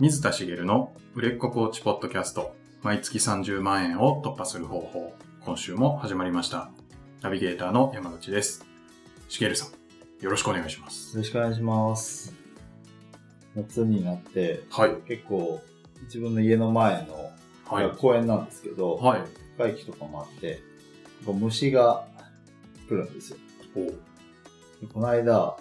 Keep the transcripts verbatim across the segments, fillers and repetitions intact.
水田茂の売れっ子コーチポッドキャスト、毎月さんじゅうまんえんを突破する方法。今週も始まりました。ナビゲーターの山口です。茂さん、よろしくお願いします。 よろしくお願いします。夏になって、 はい、 結構自分の家の前の、はい、公園なんですけど、はい、深い木とかもあって、虫が来るんですよ。この間、はい、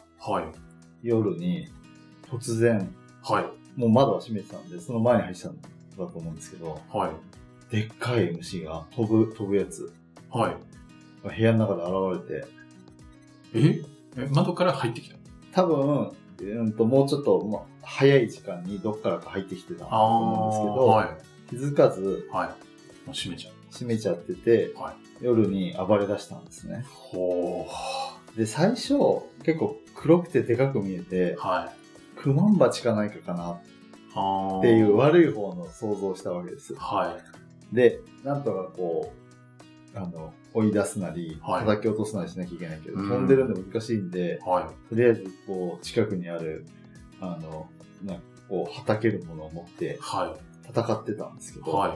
夜に突然、はい、もう窓は閉めてたんで、その前に入ってたんだと思うんですけど、はい、でっかい虫が飛ぶ、飛ぶやつ、はい、部屋の中で現れて、 ええ窓から入ってきた？ 多分、うんと、もうちょっと、ま、早い時間にどっからか入ってきてたと思うんですけど、はい、気づかず、はい、もう閉めちゃう。 閉めちゃってて、はい、夜に暴れ出したんですね。ほー。で、最初、結構黒くてでかく見えて、はい、クマンバチかないかかなっていう悪い方の想像をしたわけです。はい。で、なんとかこう、あの、追い出すなり、叩き落とすなりしなきゃいけないけど、はい、飛んでるんで難しいんで、はい、とりあえず、こう、近くにある、あの、なんかこう、はたけるものを持って、戦ってたんですけど、はい、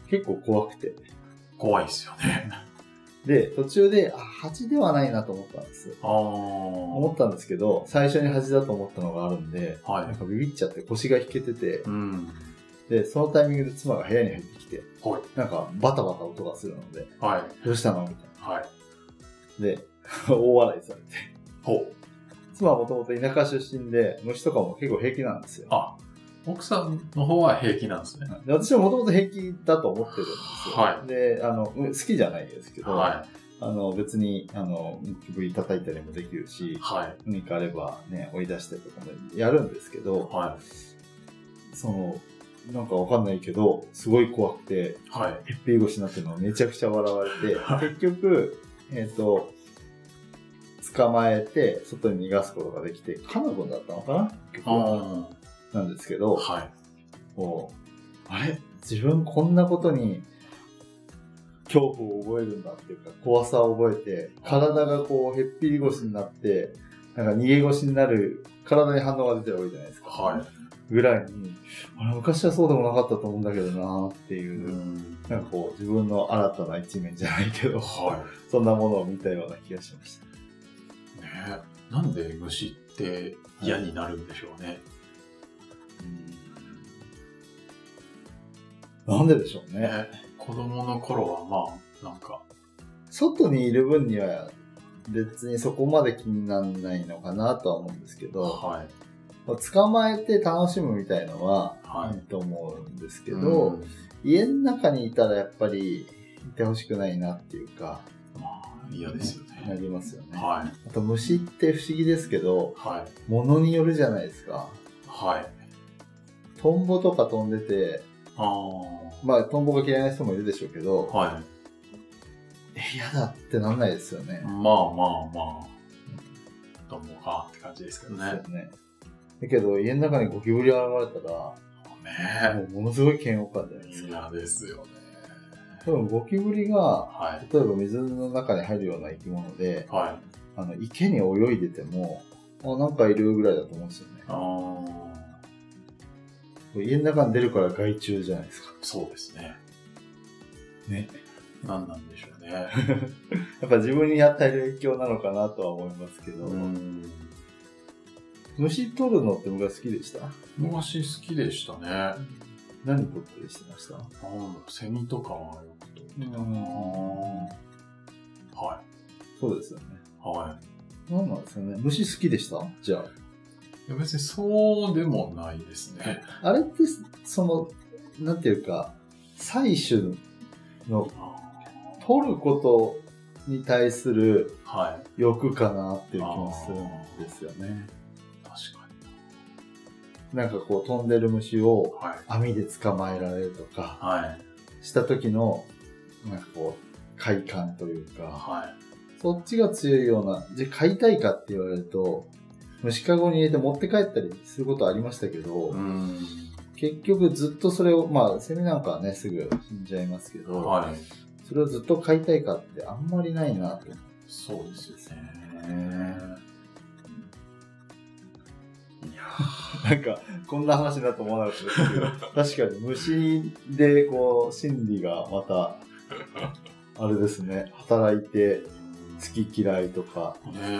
結構怖くて。 怖いですよね。 で、途中で、あ、蜂ではないなと思ったんです。あ思ったんですけど、最初に蜂だと思ったのがあるんで、はい、なんかビビっちゃって腰が引けてて、うん、で、そのタイミングで妻が部屋に入ってきて、はい、なんかバタバタ音がするので、はい、どうしたのみたいな。はい、で、大笑いされて。ほう。妻はもともと田舎出身で、虫とかも結構平気なんですよ。 あ、奥さんの方は平気なんですね。 で私はもともと平気だと思ってるんですよ。はい、で、あの、好きじゃないですけど、はい、あの、別に、あの、ゴキブリ叩いたりもできるし、はい、何かあればね、追い出したりとかもやるんですけど、はい、その、なんかわかんないけど、すごい怖くて、はい、へっぴり腰になってるのをめちゃくちゃ笑われて、はい、結局、えっと、捕まえて、外に逃がすことができて、カナゴンだったのかな結局なんですけど、はい、もう、あれ自分こんなことに恐怖を覚えるんだっていうか、怖さを覚えて、体がこう、へっぴり腰になって、なんか逃げ腰になる、体に反応が出てるわけじゃないですか。はい。ぐらいに、あれ昔はそうでもなかったと思うんだけどなーっていう、うん、なんかこう、自分の新たな一面じゃないけど、はい、そんなものを見たような気がしました。 ねえ、なんで虫って嫌になるんでしょうね。 うん、なんででしょうね。 ね、子供の頃はまあ、なんか。 外にいる分には別にそこまで気にならないのかなとは思うんですけど、はい、捕まえて楽しむみたいのは、はい、いいと思うんですけど、うん、家の中にいたらやっぱりいてほしくないなっていうか、 まあ、嫌ですよね。 なりますよね。 はい。 あと虫って不思議ですけど、はい、物によるじゃないですか。はい。トンボとか飛んでて、あまあトンボが嫌いな人もいるでしょうけど、はい、嫌だってなんないですよね。 まあまあまあ、トンボかって感じですけどね。ですよね。 だけど家の中にゴキブリ現れたら、ね、もうものすごい嫌悪感じゃないですか。 嫌ですよね。 多分ゴキブリが、はい、例えば水の中に入るような生き物で、はい、あの池に泳いでても、あ、なんかいるぐらいだと思うんですよね。あ家の中に出るから害虫じゃないですか。 そうですね。ね。何なんでしょうね。やっぱ自分に与える影響なのかなとは思いますけど。うん虫取るのって昔好きでした？ 昔好きでしたね。 何取ったりしてました？ なんだろう、セミとかはよく取ってたな。はい。 そうですよね。 はい。 なんなんですかね。虫好きでした？じゃあ。 いや別にそうでもないですね。 あれって、その、なんていうか、採取の、取ることに対する欲かなっていう気もするんですよね。 確かに。なんかこう飛んでる虫を網で捕まえられるとか、はい、した時の、なんかこう、快感というか、はい、そっちが強いような、じゃあ飼いたいかって言われると、虫かごに入れて持って帰ったりすることありましたけど、うん結局ずっとそれを、まあセミなんかはねすぐ死んじゃいますけど、はい、それをずっと飼いたいかってあんまりないなと。 そうですよね。いやなんか、こんな話だと思わなかったですけど、確かに虫で、こう、心理がまた、あれですね、働いて、好き嫌いとか。 ね。不思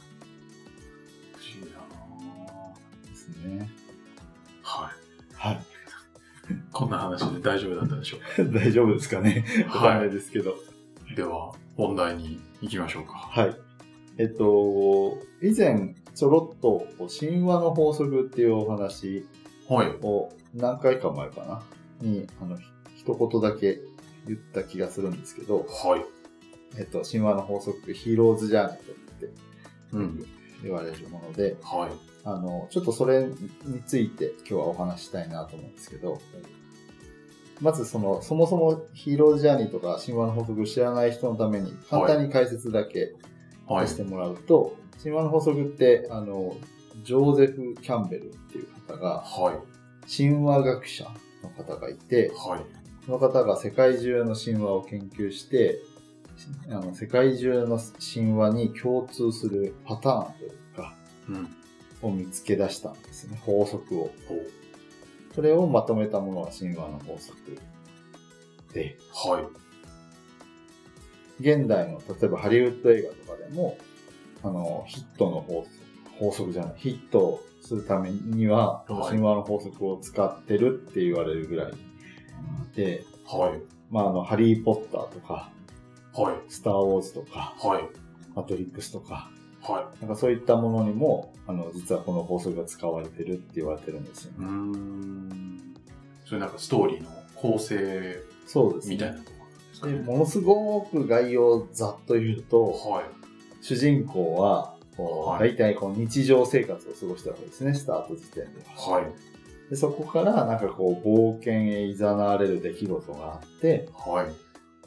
議だなですね。 はい。 はい。 こんな話で大丈夫だったでしょうか大丈夫ですかね。わかんないですけど。 では、本題に行きましょうか。 はい。えっと、以前、ちょろっと、神話の法則っていうお話を何回か前かな、に、あの、一言だけ言った気がするんですけど、 はい。 えっと、神話の法則、ヒーローズジャーニーとってうん、 言われるもので、 はい。 あの、ちょっとそれについて今日はお話したいなと思うんですけど、まずその、そもそもヒーローズジャーニーとか神話の法則を知らない人のために簡単に解説だけさせてもらうと、はい、神話の法則って、あの、ジョーゼフ・キャンベルっていう方が、はい、神話学者の方がいて、はい、その方が世界中の神話を研究して、あの世界中の神話に共通するパターンというか、うん、を見つけ出したんですね。法則を。それをまとめたものが神話の法則で、はい、現代の例えばハリウッド映画とかでも、あのヒットの法則、法則じゃない、ヒットするためには、はい、神話の法則を使ってるって言われるぐらいで、はい、まああのハリーポッターとか、はい、スターウォーズとか、はい、マトリックスとか、はい、なんかそういったものにもあの実はこの法則が使われてるって言われてるんですよね。 うーん。それなんかストーリーの構成みたいなところなんですかね。 でものすごく概要をざっと言うと、はい、主人公はこう、はい、大体こう日常生活を過ごしたわけですね、スタート時点では。はい、でそこからなんかこう冒険へ誘われる出来事があって、はい、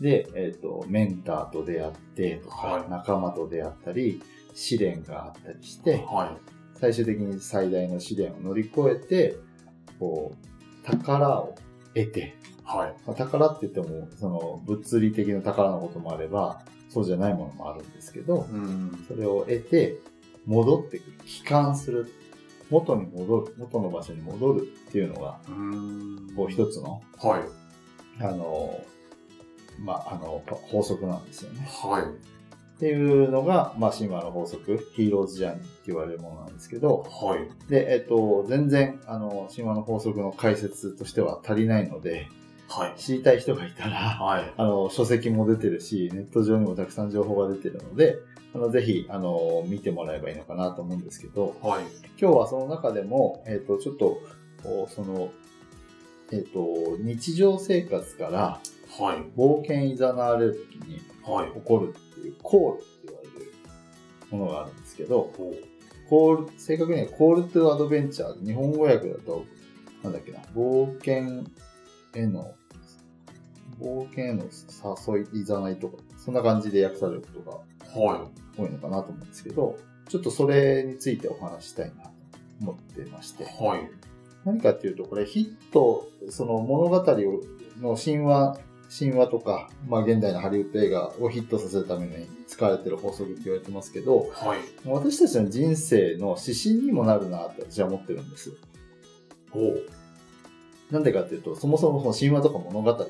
で、えっと、メンターと出会ってとか、はい、仲間と出会ったり、試練があったりして、はい、最終的に最大の試練を乗り越えて、こう、宝を得て、はい、まあ、宝って言っても、その物理的な宝のこともあれば、そうじゃないものもあるんですけど、うん、それを得て、戻ってくる、帰還する、元に戻る、元の場所に戻るっていうのが、うんこう一つの、はい、あの、まあ、あの、法則なんですよね。はい。っていうのが、まあ、神話の法則、ヒーローズジャーニーって言われるものなんですけど、はい。で、えっと、全然、あの、神話の法則の解説としては足りないので、はい。知りたい人がいたら、はい。あの、書籍も出てるし、ネット上にもたくさん情報が出てるので、あの、ぜひ、あの、見てもらえばいいのかなと思うんですけど、はい。今日はその中でも、えっと、ちょっと、その、えっと、日常生活から、はい。冒険いざなわれるときに、はい。起こるっていう、コールって言われるものがあるんですけど、コール、正確にはコールトゥアドベンチャー、日本語訳だと、なんだっけな、冒険への、冒険への誘い、いざないとか、そんな感じで訳されることが多いのかなと思うんですけど、ちょっとそれについてお話したいなと思ってまして。はい。何かっていうと、これヒット、その物語の神話、神話とか、まあ現代のハリウッド映画をヒットさせるために使われている法則って言われてますけど、はい、私たちの人生の指針にもなるなって私は思ってるんです。ほう。なんでかっていうと、そもそもその神話とか物語って、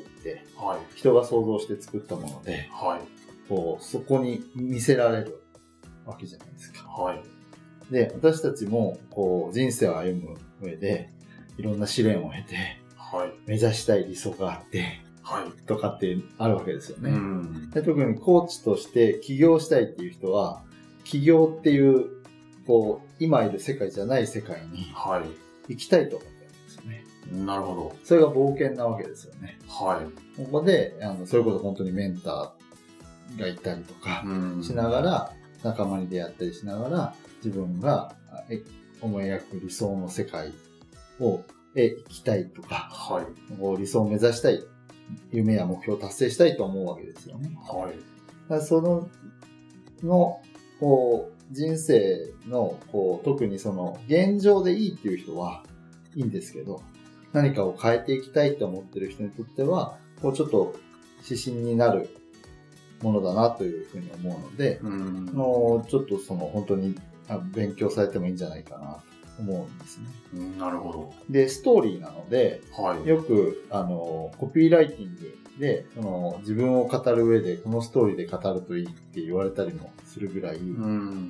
はい、人が想像して作ったもので、はい、こうそこに見せられるわけじゃないですか。はい、で、私たちもこう人生を歩む上で、いろんな試練を経て、はい、目指したい理想があって、はい、とかってあるわけですよね。うん、で特にコーチとして起業したいっていう人は、起業っていう、こう、今いる世界じゃない世界に行きたいと思ってるんですよね。 なるほど。 それが冒険なわけですよね。はい。ここで、あの、それこそ本当にメンターがいたりとかしながら、うん、仲間に出会ったりしながら、自分が思い描く理想の世界をへ行きたいとか、はい、理想を目指したい。夢や目標を達成したいと思うわけですよね。はい。だからその、の、こう、人生の、こう、特にその、現状でいいっていう人はいいんですけど、何かを変えていきたいと思ってる人にとっては、こう、ちょっと指針になるものだなというふうに思うので、うんのちょっとその、本当に勉強されてもいいんじゃないかな思うんですね。 うん、なるほど。 で、ストーリーなので、はい、よく、あの、コピーライティングで、その自分を語る上で、このストーリーで語るといいって言われたりもするぐらい、うん、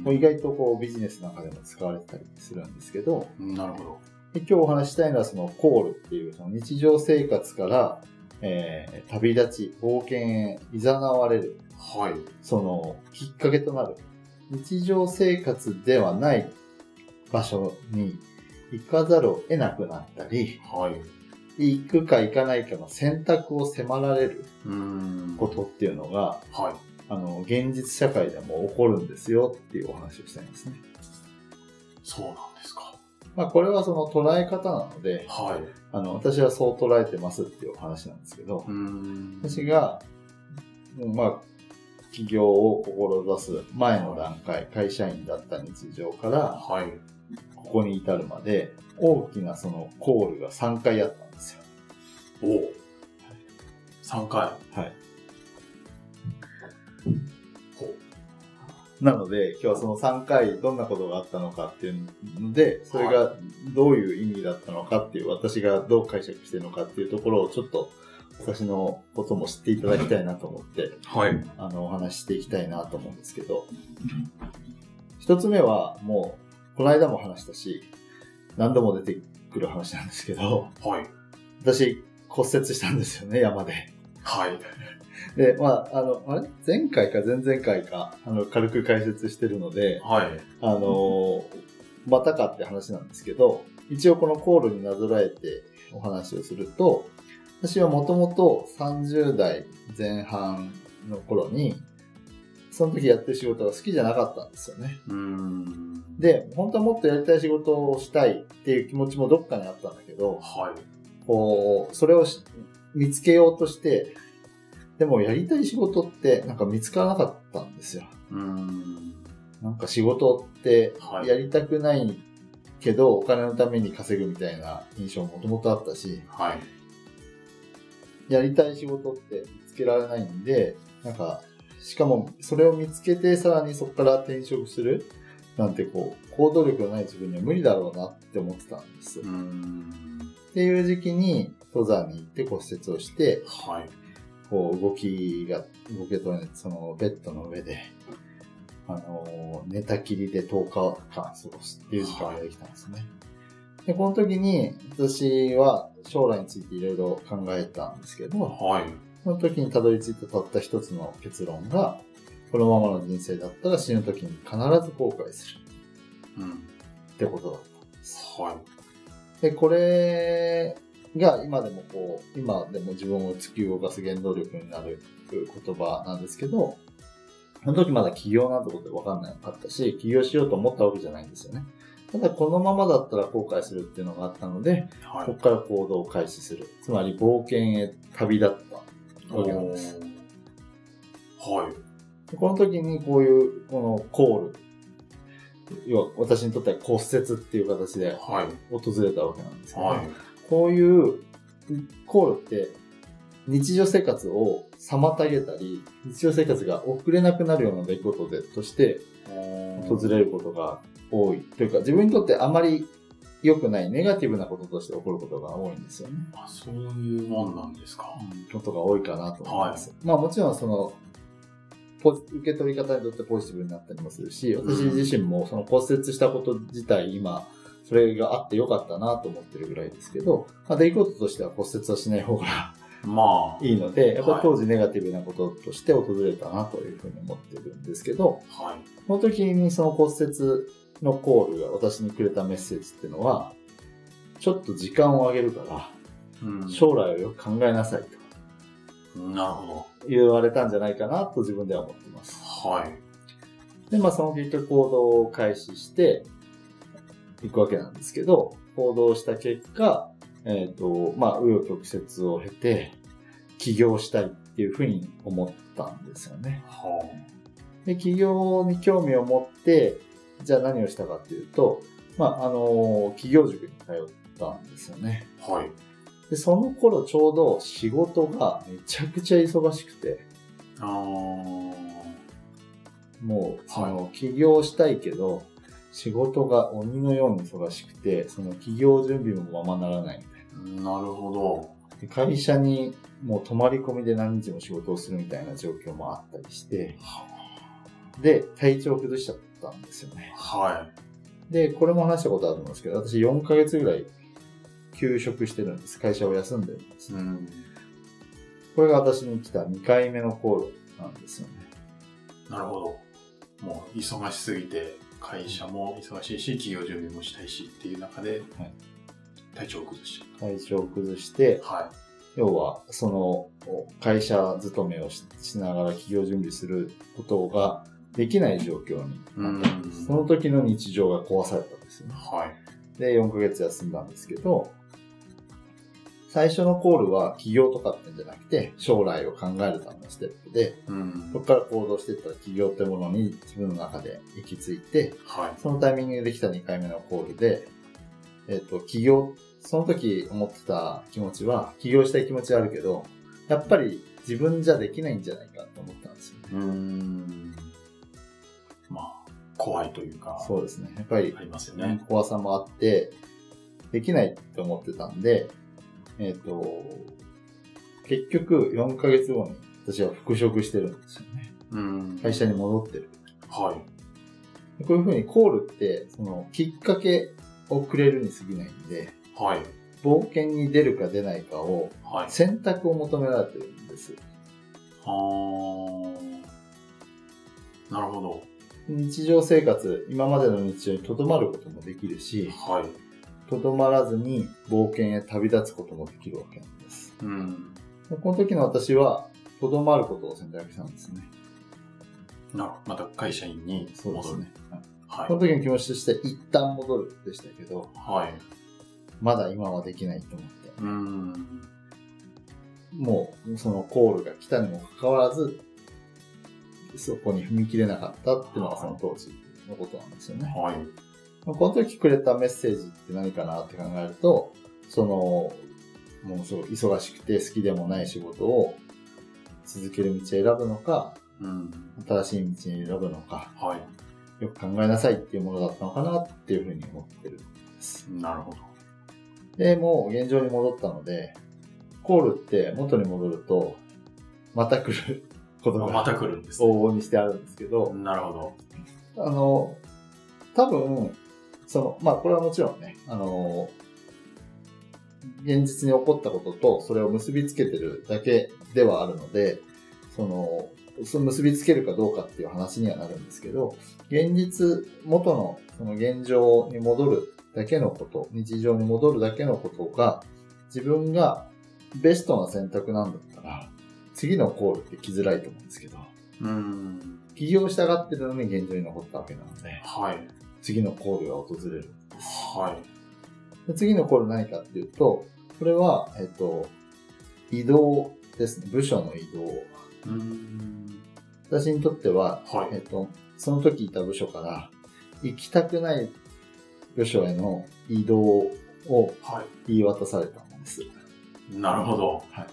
もう意外とこうビジネスの中でも使われてたりするんですけど、 うん、なるほど。 で今日お話したいのはそのコールっていうその日常生活から、えー、旅立ち、冒険へ誘われる、はい、そのきっかけとなる日常生活ではない場所に行かざるを得なくなったり、はい、行くか行かないかの選択を迫られることっていうのが、はい、あの現実社会でも起こるんですよっていうお話をしたいんですね。 そうなんですか。 まあこれはその捉え方なので、はい、あの私はそう捉えてますっていうお話なんですけど、うーん私が、まあ起業を志す前の段階、会社員だった日常から、はい、ここに至るまで大きなそのコールがさんかいあったんですよ。 おお、はい、さんかい。はい。 なので、今日はそのさんかいどんなことがあったのかっていうので、それがどういう意味だったのかっていう、私がどう解釈しているのかっていうところをちょっと私のことも知っていただきたいなと思って、はい、あのお話ししていきたいなと思うんですけど、一つ目はもうこの間も話したし、何度も出てくる話なんですけど、はい、私骨折したんですよね、山で。はい。で、まあ、あの、あれ前回か前々回か、あの、軽く解説してるので、はい。あの、またかって話なんですけど、一応このコールになぞらえてお話をすると、私はもともとさんじゅう代前半の頃に、その時やってる仕事が好きじゃなかったんですよね。うーんで、本当はもっとやりたい仕事をしたいっていう気持ちもどっかにあったんだけど、はい。こう、それを見つけようとして、でもやりたい仕事ってなんか見つからなかったんですよ。うーんなんか仕事ってやりたくないけど、はい、お金のために稼ぐみたいな印象ももともとあったし、はい、やりたい仕事って見つけられないんで、なんかしかもそれを見つけてさらにそこから転職するなんてこう行動力のない自分には無理だろうなって思ってたんです。うーんっていう時期に登山に行って骨折をして、はいこう動きが、動きが取れない、そのベッドの上で、あのー、寝たきりでとおかかん過ごすっていう時間ができたんですね。はい、で、この時に私は将来についていろいろ考えたんですけど、はい、その時にたどり着いたたった一つの結論が、このままの人生だったら死ぬ時に必ず後悔する。うん。ってことだったんです。はい。で、これ、が今でもこう、今でも自分を突き動かす原動力になる言葉なんですけど、その時まだ起業なんてこと分かんなかったし、起業しようと思ったわけじゃないんですよね。ただこのままだったら後悔するっていうのがあったので、はい、ここから行動を開始する。つまり冒険へ旅立ったわけなんです。はい。この時にこういうこのコール、要は私にとっては骨折っていう形で訪れたわけなんですけど、はいはいこういうコールって日常生活を妨げたり、日常生活が送れなくなるような出来事でとして訪れることが多い。というか自分にとってあまり良くないネガティブなこととして起こることが多いんですよね。 あ、そういうもんなんですか。 うん、ことが多いかなと思います。はい、まあもちろんその受け取り方にとってポジティブになったりもするし、私自身もその骨折したこと自体今それがあってよかったなと思ってるぐらいですけど、まあ、出来事としては骨折はしない方がまあいいので、やっぱり当時ネガティブなこととして訪れたなというふうに思ってるんですけど、はい、その時にその骨折のコールが私にくれたメッセージっていうのは、ちょっと時間をあげるから、うん、将来をよく考えなさいと。 なるほど。 言われたんじゃないかなと自分では思っています。はい。で、まあその結局行動を開始して、行くわけなんですけど、行動した結果、えっと、まあ、紆余曲折を経て、起業したいっていうふうに思ったんですよね。はあ、で、起業に興味を持って、じゃあ何をしたかっていうと、まあ、あの、起業塾に通ったんですよね。はい。で、その頃ちょうど仕事がめちゃくちゃ忙しくて、あもう、その、起業したいけど、 仕事が鬼のように忙しくて、その企業準備もままならないみたいな。なるほど。 で会社にもう泊まり込みで何日も仕事をするみたいな状況もあったりして、で、体調を崩しちゃったんですよね。 はい。 で、これも話したことあるんですけど、私よんかげつぐらい休職してるんです。会社を休んでるんです。うん、これが私に来たにかいめのコールなんですよね。 なるほど。もう忙しすぎて、会社も忙しいし、企業準備もしたいしっていう中で、はい、体調を崩しちゃった。 体調を崩して、はい、要は、その、会社勤めを し, しながら企業準備することができない状況になったんです。その時の日常が壊されたんですよね。はい。で、よんかげつ休んだんですけど、最初のコールは起業とかってんじゃなくて、将来を考えるためのステップで、うん、そこから行動していったら起業ってものに自分の中で行き着いて、はい、そのタイミングで来たにかいめのコールで、えっと、起業、その時思ってた気持ちは、起業したい気持ちはあるけど、やっぱり自分じゃできないんじゃないかと思ったんですよね。うーん。 まあ、怖いというか。 そうですね。やっぱり、 ありますよね。 怖さもあって、できないって思ってたんで、えっと、結局よんかげつごに私は復職してるんですよね。うん。会社に戻ってる。はい。こういうふうにコールって、その、きっかけをくれるに過ぎないんで、はい。冒険に出るか出ないかを、はい、選択を求められてるんです。 はあ。なるほど。 日常生活、今までの日常に留まることもできるし、はい。とどまらずに冒険へ旅立つこともできるわけなんです。うん、この時の私は、とどまることを選択したんですね。 なるほど。また会社員に戻る。そうですね。 はい。この時の気持ちとして一旦戻るでしたけど、はい。まだ今はできないと思って。うん。もう、そのコールが来たにもかかわらず、そこに踏み切れなかったっていうのがその当時のことなんですよね。はい。この時くれたメッセージって何かなって考えると、その、もうすごい忙しくて好きでもない仕事を続ける道を選ぶのか、うん、新しい道に選ぶのか、はい、よく考えなさいっていうものだったのかなっていうふうに思ってるんです。 なるほど。 で、もう現状に戻ったので、コールって元に戻ると、また来ることがまた来るんです、ね、 往々にしてあるんですけど、 なるほど。あの、多分、その、まあ、これはもちろんね、あの、現実に起こったこととそれを結びつけてるだけではあるので、その、その結びつけるかどうかっていう話にはなるんですけど、現実、元のその現状に戻るだけのこと、日常に戻るだけのことが、自分がベストな選択なんだったら、次のコールって来づらいと思うんですけど、うん。起業したがってるのに現状に残ったわけなので、はい。次のコールが訪れるんです。はい。で次のコール何かっていうと、これは、えっと、移動ですね。部署の移動。うーん私にとっては、はい、えっと、その時いた部署から行きたくない部署への移動を言い渡されたんです。はい、 なるほど。はい、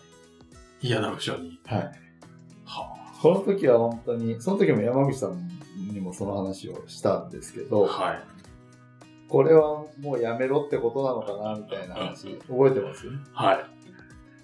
嫌な部署に。はい。はあ、この時は本当に、その時も山口さんにもその話をしたんですけど、はい、これはもうやめろってことなのかなみたいな話、覚えてます？ はい。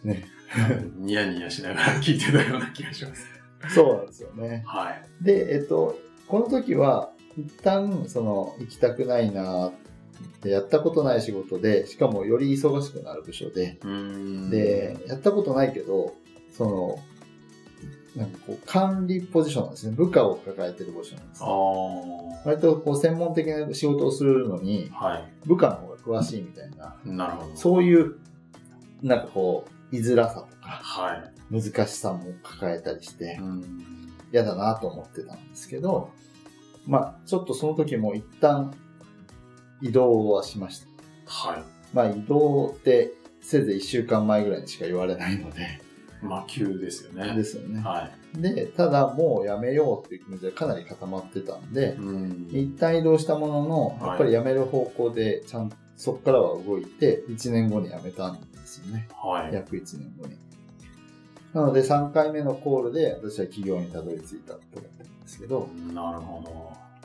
ね。ニヤニヤしながら聞いてたような気がします。 そうなんですよね。はい。で、えっと、この時は、一旦、その、行きたくないなってやったことない仕事で、しかもより忙しくなる部署で、で、やったことないけど、その、なんかこう、管理ポジションなんですね。部下を抱えてるポジションなんです、ね。あ割とこう、専門的な仕事をするのに、はい、部下の方が詳しいみたいな、なるほど。そういう、なんかこう、居づらさとか、はい、難しさも抱えたりして、嫌だなと思ってたんですけど、まあ、ちょっとその時も一旦移動はしました。はい。まあ、移動ってせいぜいいっしゅうかんまえぐらいにしか言われないので。 まあ、急ですよね。 ですよね。はい。で、ただもうやめようっていう気持ちがかなり固まってたんで、うん一旦移動したものの、やっぱりやめる方向でちゃんとそこからは動いて、いちねんごに辞めたんですよね。はい。約いちねんごに。なのでさんかいめのコールで私は企業にたどり着いたと思ってるんですけど。 なるほど。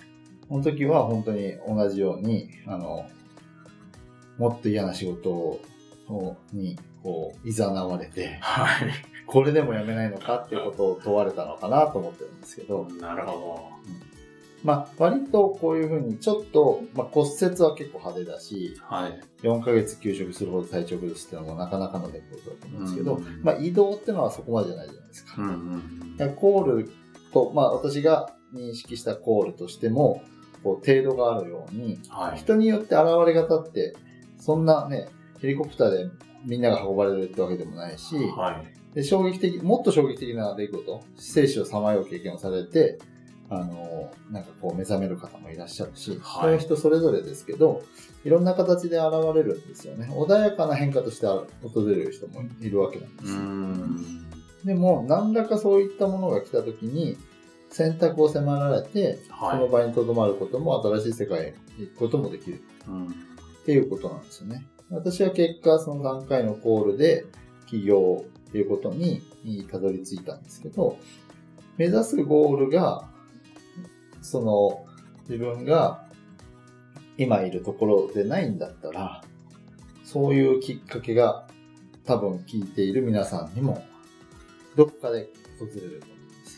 その時は本当に同じように、あの、もっと嫌な仕事をにこう誘われて、はい、これでもやめないのかっていうことを問われたのかなと思ってるんですけど。 なるほど。 うん、まあ割とこういうふうにちょっと、まあ、骨折は結構派手だし、はい、よんかげつ休職するほど体調崩すっていうのもなかなかの出来事だと思うんですけど、うんうん、まあ移動っていうのはそこまでじゃないじゃないですか。うんうん、コールと、まあ私が認識したコールとしても、こう程度があるように、はい、人によって現れ方ってそんなね、ヘリコプターでみんなが運ばれるってわけでもないし、はい、で衝撃的、もっと衝撃的な出来事、生死をさまよう経験をされて、あの、なんかこう目覚める方もいらっしゃるし、はい、そういう人それぞれですけど、いろんな形で現れるんですよね。穏やかな変化として訪れる人もいるわけなんですよ。うーんでも、何らかそういったものが来たときに、選択を迫られて、はい、その場に留まることも、新しい世界へ行くこともできる。うん、っていうことなんですよね。私は結果、そのさんかいのコールで起業っていうことにたどり着いたんですけど、目指すゴールが、その自分が今いるところでないんだったら、そういうきっかけが多分聞いている皆さんにもどっかで訪れると思います。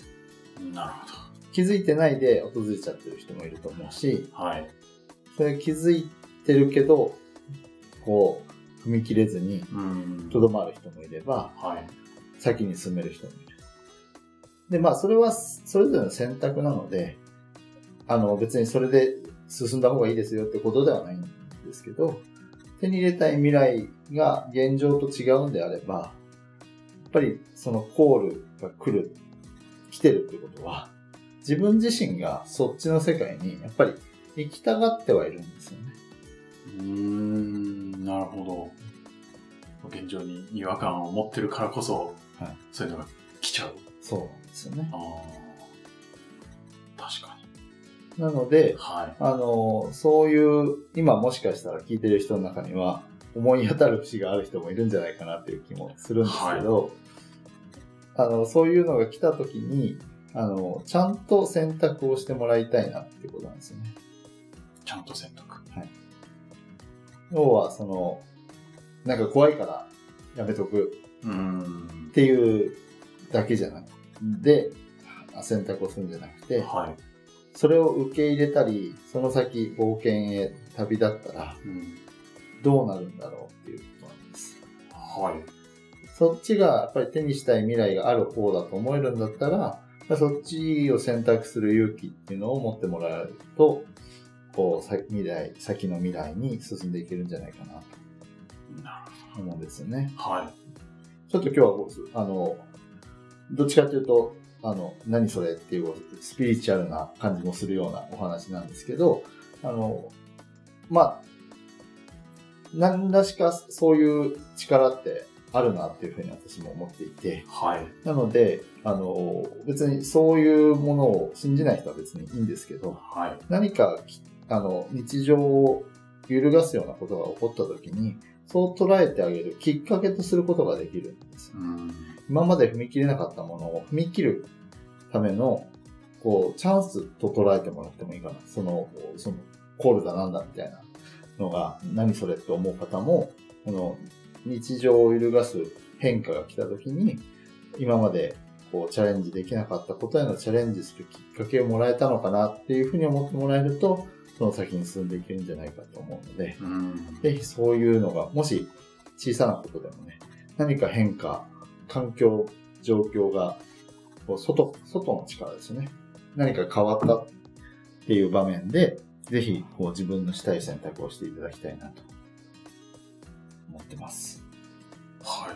なるほど。 気づいてないで訪れちゃってる人もいると思うし、はい、それ気づいてるけど、こう踏み切れずにとどまる人もいれば、はい、先に進める人もいる。で、まあそれはそれぞれの選択なので、あの別にそれで進んだ方がいいですよってことではないんですけど、手に入れたい未来が現状と違うんであれば、やっぱりそのコールが来る、来てるってことは、自分自身がそっちの世界にやっぱり行きたがってはいるんですよね。 うーん、なるほど。現状に違和感を持ってるからこそ、はい、そういうのが来ちゃう。 そうなんですよね。あ確かに。なので、はい、あのそういう今もしかしたら聞いてる人の中には思い当たる節がある人もいるんじゃないかなっていう気もするんですけど、はい、あのそういうのが来た時にあのちゃんと選択をしてもらいたいなっていうことなんですよね。 ちゃんと選択。はい。 要はそのなんか怖いからやめとくっていうだけじゃなくて選択をするんじゃなくて、はい、それを受け入れたりその先冒険へ旅立ったら、うん、どうなるんだろうっていうことなんです。はい。そっちがやっぱり手にしたい未来がある方だと思えるんだったら、そっちを選択する勇気っていうのを持ってもらえると、こう未来先の未来に進んでいけるんじゃないかなと思うんですよね。はい。ちょっと今日はあのどっちかというとあの何それっていうスピリチュアルな感じもするようなお話なんですけど、あのまあ何らしかそういう力ってあるなっていうふうに私も思っていて、はい。なのであの別にそういうものを信じない人は別にいいんですけど、はい。何かあの日常を揺るがすようなことが起こった時にそう捉えてあげるきっかけとすることができるんですよ。うん、今まで踏み切れなかったものを踏み切るためのこうチャンスと捉えてもらってもいいかな。そのそのコールだなんだみたいなのが何それって思う方も、この日常を揺るがす変化が来た時に今までこうチャレンジできなかったことへのチャレンジするきっかけをもらえたのかなっていうふうに思ってもらえると、その先に進んでいけるんじゃないかと思うので、うん、ぜひそういうのがもし小さなことでもね、何か変化、環境、状況がこう 外, 外の力ですね、何か変わったっていう場面で、ぜひこう自分のしたい選択をしていただきたいなと思ってます。はい。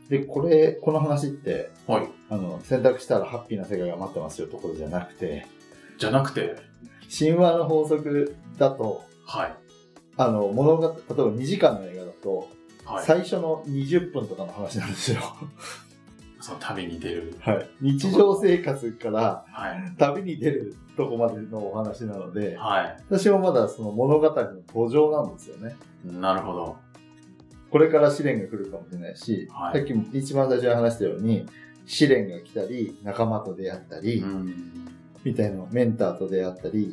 で、これ、この話って、はい、あの選択したらハッピーな世界が待ってますよところじゃなくて、 じゃなくて、 神話の法則だと、はい、あの物語、例えばにじかんの映画だと、はい、最初のにじゅっぷんとかの話なんですよ。 その旅に出る、 はい、日常生活から旅に出るとこまでのお話なので、はい、私もまだその物語の途上なんですよね。 なるほど。 これから試練が来るかもしれないし、はい、さっきも一番最初に話したように試練が来たり仲間と出会ったり、うんみたいなメンターと出会ったり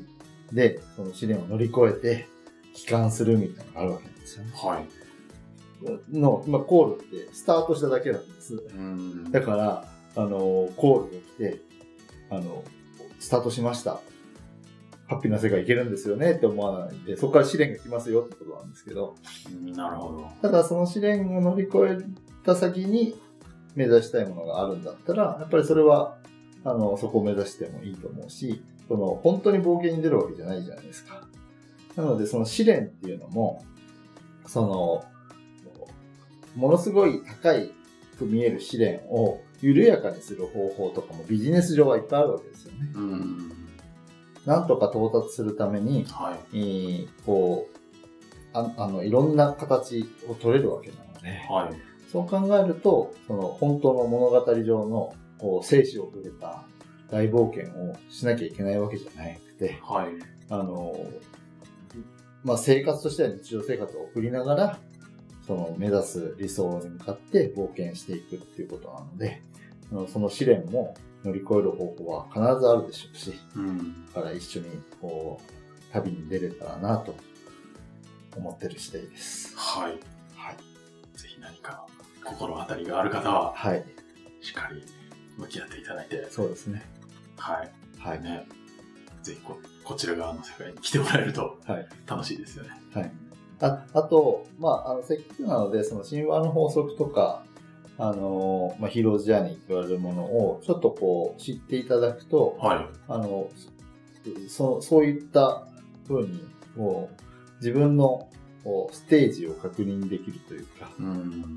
で、その試練を乗り越えて、帰還するみたいなのがあるわけなんですよね。はい。の、まあ、コールってスタートしただけなんです。うんだから、あの、コールが来て、あの、スタートしました。ハッピーな世界いけるんですよねって思わないで、そこから試練が来ますよってことなんですけど。 なるほど。 ただその試練を乗り越えた先に目指したいものがあるんだったら、やっぱりそれは、あの、そこを目指してもいいと思うし、その、本当に冒険に出るわけじゃないじゃないですか。なので、その試練っていうのも、その、ものすごい高いく見える試練を緩やかにする方法とかもビジネス上はいっぱいあるわけですよね。うんなんとか到達するために、はい、えー、こうあ、あの、いろんな形を取れるわけなので、はい、そう考えると、その本当の物語上のこう生死を触れた大冒険をしなきゃいけないわけじゃなくて、はい、あの、まあ、生活としては日常生活を送りながら、その目指す理想に向かって冒険していくっていうことなので、その試練も乗り越える方法は必ずあるでしょうし、うん、だから一緒にこう旅に出れたらなと思ってる次第です。 はい。はい。ぜひ何か心当たりがある方は、はい。しっかり向き合っていただいて。 そうですね。 はい。はい。ね。ぜひこ、こちら側の世界に来てもらえると、楽しいですよね。 はい。はいあ, あと、まあ、あの、せっかくなので、その神話の法則とか、あの、まあ、ヒーローズジャーニーと言われるものを、ちょっとこう、知っていただくと、はい。あの、そそういった風に、こう、自分の、こう、ステージを確認できるというか、うん、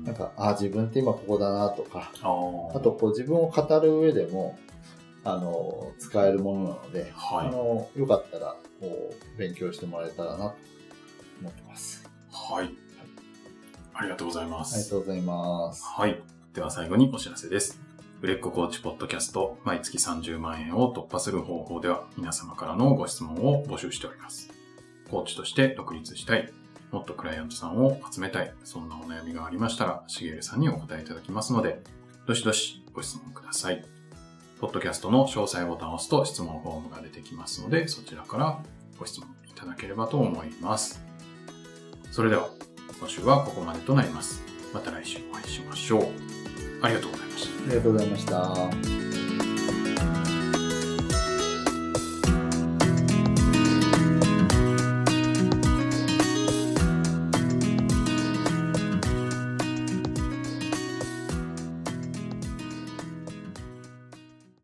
なんか、あ、自分って今ここだなとか、あ, あと、こう、自分を語る上でも、あの、使えるものなので、はい。あの、よかったら、こう、勉強してもらえたらなと。思ってます。 はい。ありがとうございます。 ありがとうございます。 はい。では最後にお知らせです。売れっ子コーチポッドキャスト毎月さんじゅうまんえんを突破する方法では皆様からのご質問を募集しております。コーチとして独立したい、もっとクライアントさんを集めたい、そんなお悩みがありましたら、しげるさんにお答えいただきますので、どしどしご質問ください。ポッドキャストの詳細ボタンを押すと質問フォームが出てきますので、そちらからご質問いただければと思います。それでは、今週はここまでとなります。また来週お会いしましょう。ありがとうございました。 ありがとうございました。